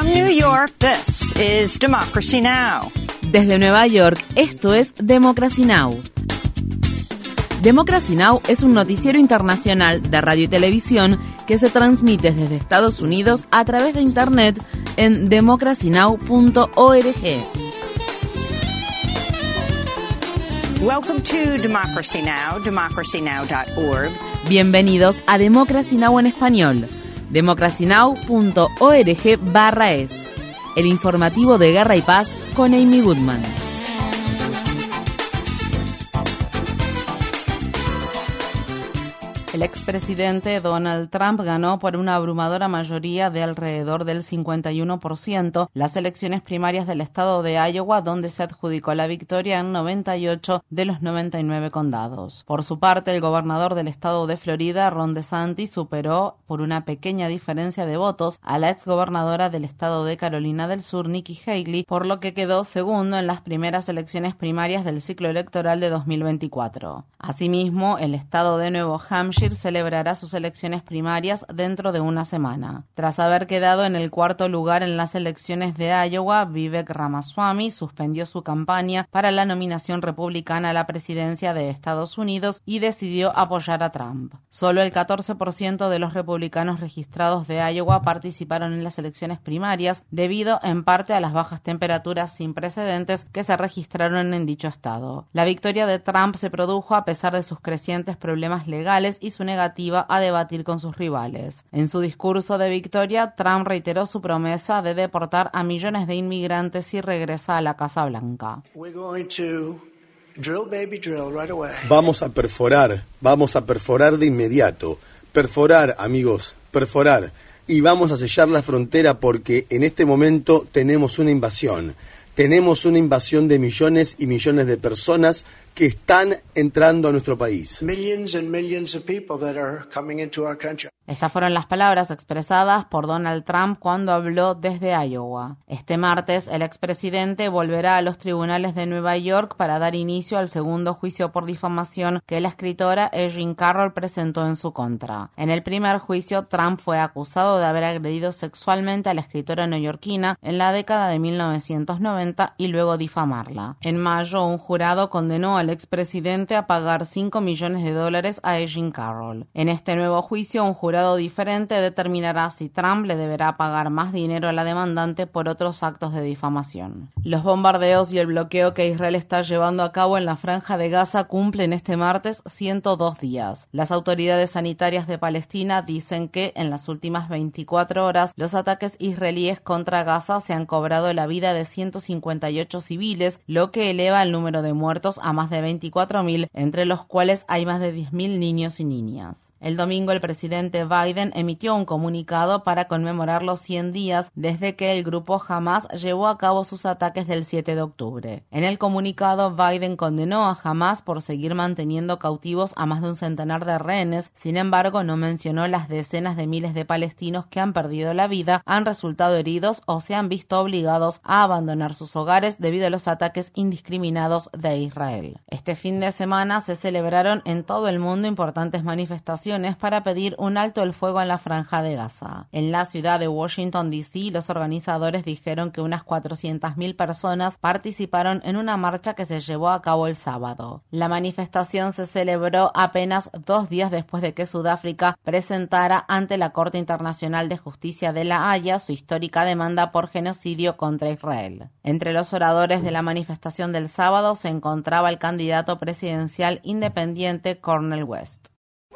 From New York, this is Democracy Now! Desde Nueva York, esto es Democracy Now! Democracy Now! Es un noticiero internacional de radio y televisión que se transmite desde Estados Unidos a través de Internet en democracynow.org. Welcome to Democracy Now!, democracynow.org. Bienvenidos a Democracy Now! En español, democracynow.org/es. El informativo de Guerra y Paz con Amy Goodman. El expresidente Donald Trump ganó por una abrumadora mayoría de alrededor del 51% las elecciones primarias del estado de Iowa, donde se adjudicó la victoria en 98 de los 99 condados. Por su parte, el gobernador del estado de Florida, Ron DeSantis, superó por una pequeña diferencia de votos a la exgobernadora del estado de Carolina del Sur, Nikki Haley, por lo que quedó segundo en las primeras elecciones primarias del ciclo electoral de 2024. Asimismo, el estado de Nuevo Hampshire celebrará sus elecciones primarias dentro de una semana. Tras haber quedado en el cuarto lugar en las elecciones de Iowa, Vivek Ramaswamy suspendió su campaña para la nominación republicana a la presidencia de Estados Unidos y decidió apoyar a Trump. Solo el 14% de los republicanos registrados de Iowa participaron en las elecciones primarias, debido en parte a las bajas temperaturas sin precedentes que se registraron en dicho estado. La victoria de Trump se produjo a pesar de sus crecientes problemas legales y su negativa a debatir con sus rivales. En su discurso de victoria, Trump reiteró su promesa de deportar a millones de inmigrantes si regresa a la Casa Blanca. Vamos a perforar de inmediato. Perforar, amigos, perforar. Y vamos a sellar la frontera porque en este momento tenemos una invasión. Tenemos una invasión de millones y millones de personas que están entrando a nuestro país. Estas fueron las palabras expresadas por Donald Trump cuando habló desde Iowa. Este martes, el expresidente volverá a los tribunales de Nueva York para dar inicio al segundo juicio por difamación que la escritora Jean Carroll presentó en su contra. En el primer juicio, Trump fue acusado de haber agredido sexualmente a la escritora neoyorquina en la década de 1990 y luego difamarla. En mayo, un jurado condenó al expresidente a pagar $5 millones a Jean Carroll. En este nuevo juicio, un jurado diferente determinará si Trump le deberá pagar más dinero a la demandante por otros actos de difamación. Los bombardeos y el bloqueo que Israel está llevando a cabo en la Franja de Gaza cumplen este martes 102 días. Las autoridades sanitarias de Palestina dicen que en las últimas 24 horas los ataques israelíes contra Gaza se han cobrado la vida de 158 civiles, lo que eleva el número de muertos a más de 24.000, entre los cuales hay más de 10.000 niños y niñas. El domingo, el presidente Biden emitió un comunicado para conmemorar los 100 días desde que el grupo Hamas llevó a cabo sus ataques del 7 de octubre. En el comunicado, Biden condenó a Hamas por seguir manteniendo cautivos a más de un centenar de rehenes. Sin embargo, no mencionó las decenas de miles de palestinos que han perdido la vida, han resultado heridos o se han visto obligados a abandonar sus hogares debido a los ataques indiscriminados de Israel. Este fin de semana se celebraron en todo el mundo importantes manifestaciones para pedir un alto el fuego en la Franja de Gaza. En la ciudad de Washington, D.C., los organizadores dijeron que unas 400.000 personas participaron en una marcha que se llevó a cabo el sábado. La manifestación se celebró apenas 2 días después de que Sudáfrica presentara ante la Corte Internacional de Justicia de La Haya su histórica demanda por genocidio contra Israel. Entre los oradores de la manifestación del sábado se encontraba el candidato presidencial independiente Cornel West.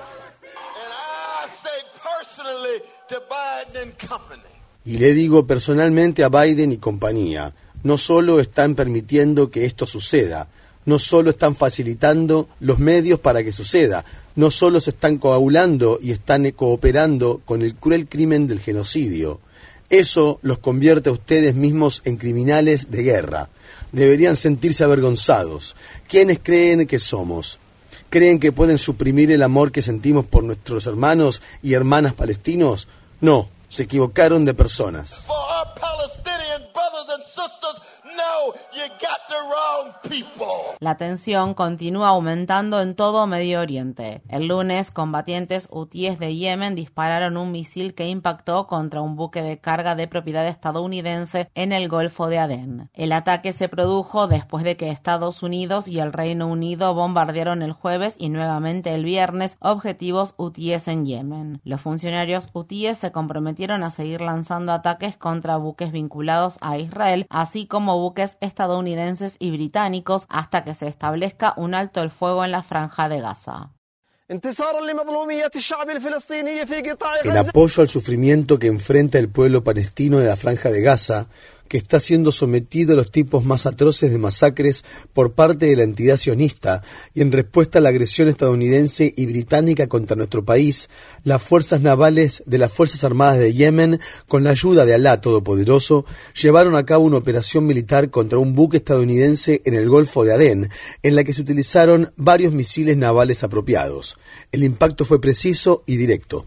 Y le digo personalmente a Biden y compañía, no solo están permitiendo que esto suceda, no solo están facilitando los medios para que suceda, no solo se están coagulando y están cooperando con el cruel crimen del genocidio. Eso los convierte a ustedes mismos en criminales de guerra. Deberían sentirse avergonzados. ¿Quiénes creen que somos? ¿Creen que pueden suprimir el amor que sentimos por nuestros hermanos y hermanas palestinos? No, se equivocaron de personas. La tensión continúa aumentando en todo Medio Oriente. El lunes, combatientes hutíes de Yemen dispararon un misil que impactó contra un buque de carga de propiedad estadounidense en el Golfo de Adén. El ataque se produjo después de que Estados Unidos y el Reino Unido bombardearon el jueves y nuevamente el viernes objetivos hutíes en Yemen. Los funcionarios hutíes se comprometieron a seguir lanzando ataques contra buques vinculados a Israel, así como buques estadounidenses y británicos, hasta que se establezca un alto el fuego en la franja de Gaza. El apoyo al sufrimiento que enfrenta el pueblo palestino de la franja de Gaza, que está siendo sometido a los tipos más atroces de masacres por parte de la entidad sionista, y en respuesta a la agresión estadounidense y británica contra nuestro país, las fuerzas navales de las Fuerzas Armadas de Yemen, con la ayuda de Alá Todopoderoso, llevaron a cabo una operación militar contra un buque estadounidense en el Golfo de Adén, en la que se utilizaron varios misiles navales apropiados. El impacto fue preciso y directo.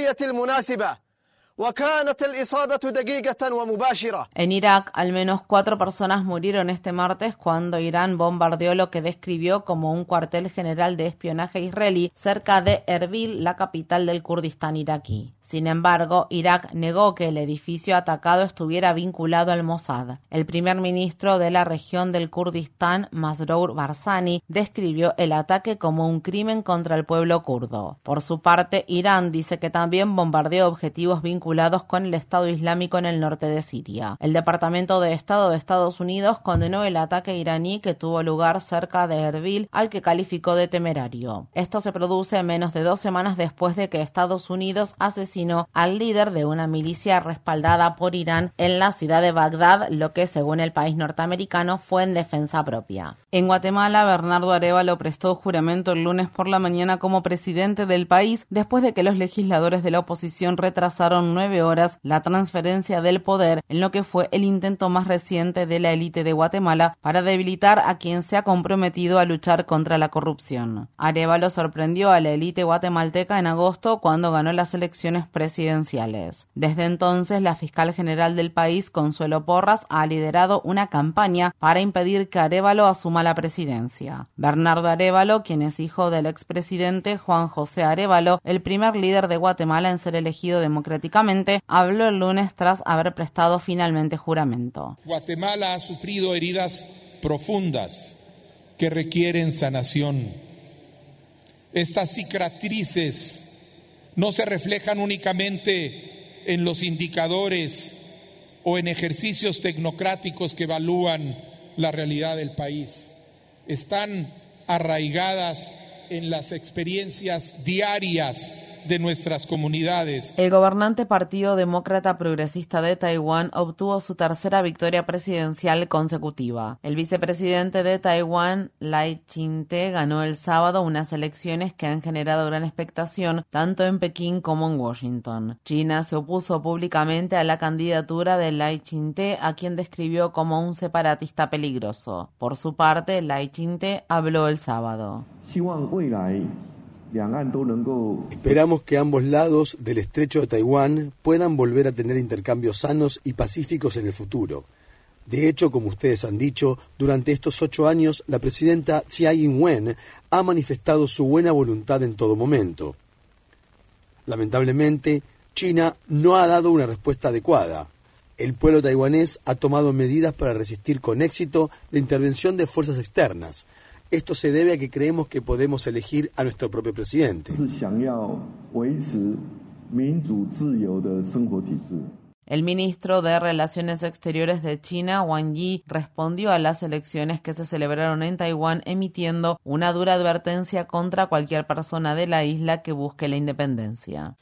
En Irak, al menos 4 personas murieron este martes cuando Irán bombardeó lo que describió como un cuartel general de espionaje israelí cerca de Erbil, la capital del Kurdistán iraquí. Sin embargo, Irak negó que el edificio atacado estuviera vinculado al Mossad. El primer ministro de la región del Kurdistán, Masrour Barzani, describió el ataque como un crimen contra el pueblo kurdo. Por su parte, Irán dice que también bombardeó objetivos vinculados con el Estado Islámico en el norte de Siria. El Departamento de Estado de Estados Unidos condenó el ataque iraní que tuvo lugar cerca de Erbil, al que calificó de temerario. Esto se produce menos de 2 semanas después de que Estados Unidos asesinó al líder de una milicia respaldada por Irán en la ciudad de Bagdad, lo que, según el país norteamericano, fue en defensa propia. En Guatemala, Bernardo Arévalo prestó juramento el lunes por la mañana como presidente del país, después de que los legisladores de la oposición retrasaron 9 horas la transferencia del poder en lo que fue el intento más reciente de la élite de Guatemala para debilitar a quien se ha comprometido a luchar contra la corrupción. Arévalo sorprendió a la élite guatemalteca en agosto cuando ganó las elecciones presidenciales. Desde entonces, la fiscal general del país, Consuelo Porras, ha liderado una campaña para impedir que Arévalo asuma la presidencia. Bernardo Arévalo, quien es hijo del expresidente Juan José Arévalo, el primer líder de Guatemala en ser elegido democráticamente, habló el lunes tras haber prestado finalmente juramento. Guatemala ha sufrido heridas profundas que requieren sanación. Estas cicatrices no se reflejan únicamente en los indicadores o en ejercicios tecnocráticos que evalúan la realidad del país. Están arraigadas en las experiencias diarias de nuestras comunidades. El gobernante Partido Demócrata Progresista de Taiwán obtuvo su tercera victoria presidencial consecutiva. El vicepresidente de Taiwán, Lai Ching-te, ganó el sábado unas elecciones que han generado gran expectación tanto en Pekín como en Washington. China se opuso públicamente a la candidatura de Lai Ching-te, a quien describió como un separatista peligroso. Por su parte, Lai Ching-te habló el sábado. Esperamos que ambos lados del estrecho de Taiwán puedan volver a tener intercambios sanos y pacíficos en el futuro. De hecho, como ustedes han dicho, durante estos 8 años la presidenta Tsai Ing-wen ha manifestado su buena voluntad en todo momento. Lamentablemente, China no ha dado una respuesta adecuada. El pueblo taiwanés ha tomado medidas para resistir con éxito la intervención de fuerzas externas. Esto se debe a que creemos que podemos elegir a nuestro propio presidente. El ministro de Relaciones Exteriores de China, Wang Yi, respondió a las elecciones que se celebraron en Taiwán emitiendo una dura advertencia contra cualquier persona de la isla que busque la independencia.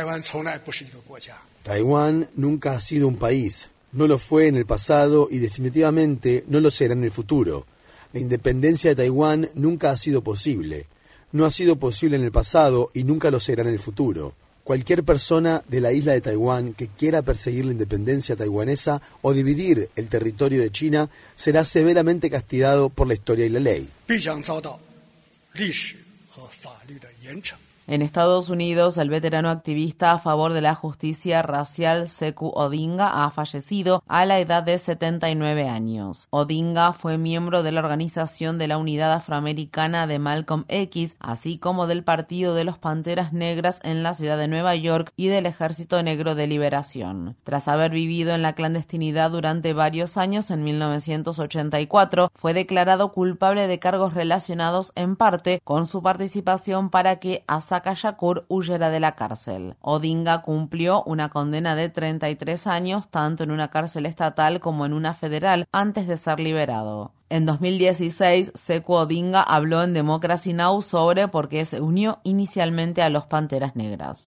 Taiwán nunca ha sido un país, no lo fue en el pasado y definitivamente no lo será en el futuro. La independencia de Taiwán nunca ha sido posible. No ha sido posible en el pasado y nunca lo será en el futuro. Cualquier persona de la isla de Taiwán que quiera perseguir la independencia taiwanesa o dividir el territorio de China será severamente castigado por la historia y la ley. En Estados Unidos, el veterano activista a favor de la justicia racial Sekou Odinga ha fallecido a la edad de 79 años. Odinga fue miembro de la Organización de la Unidad Afroamericana de Malcolm X, así como del Partido de los Panteras Negras en la ciudad de Nueva York y del Ejército Negro de Liberación. Tras haber vivido en la clandestinidad durante varios años, en 1984 fue declarado culpable de cargos relacionados en parte con su participación para que Assata Shakur huyera de la cárcel. Odinga cumplió una condena de 33 años tanto en una cárcel estatal como en una federal antes de ser liberado. En 2016, Sekou Odinga habló en Democracy Now! Sobre por qué se unió inicialmente a los Panteras Negras.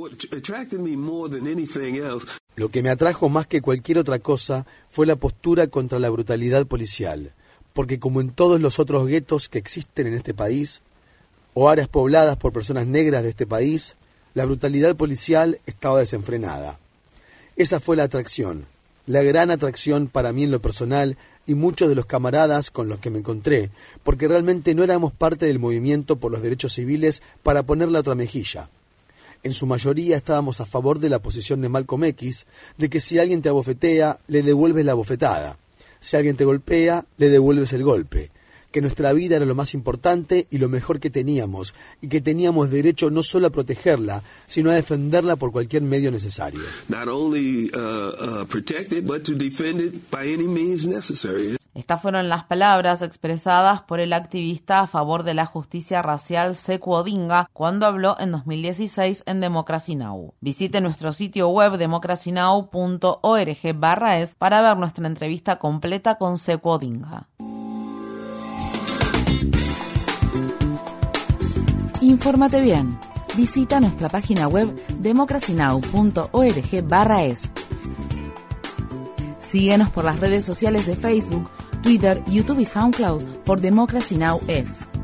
Lo que me atrajo más que cualquier otra cosa fue la postura contra la brutalidad policial, porque como en todos los otros guetos que existen en este país, o áreas pobladas por personas negras de este país, la brutalidad policial estaba desenfrenada. Esa fue la atracción, la gran atracción para mí en lo personal y muchos de los camaradas con los que me encontré, porque realmente no éramos parte del movimiento por los derechos civiles para poner la otra mejilla. En su mayoría estábamos a favor de la posición de Malcolm X, de que si alguien te abofetea, le devuelves la bofetada. Si alguien te golpea, le devuelves el golpe. Que nuestra vida era lo más importante y lo mejor que teníamos, y que teníamos derecho no solo a protegerla, sino a defenderla por cualquier medio necesario. Estas fueron las palabras expresadas por el activista a favor de la justicia racial Sekou Odinga cuando habló en 2016 en Democracy Now! Visite nuestro sitio web democracynow.org/es para ver nuestra entrevista completa con Sekou Odinga. Infórmate bien. Visita nuestra página web democracynow.org/es. Síguenos por las redes sociales de Facebook, Twitter, YouTube y SoundCloud por Democracy Now! Es.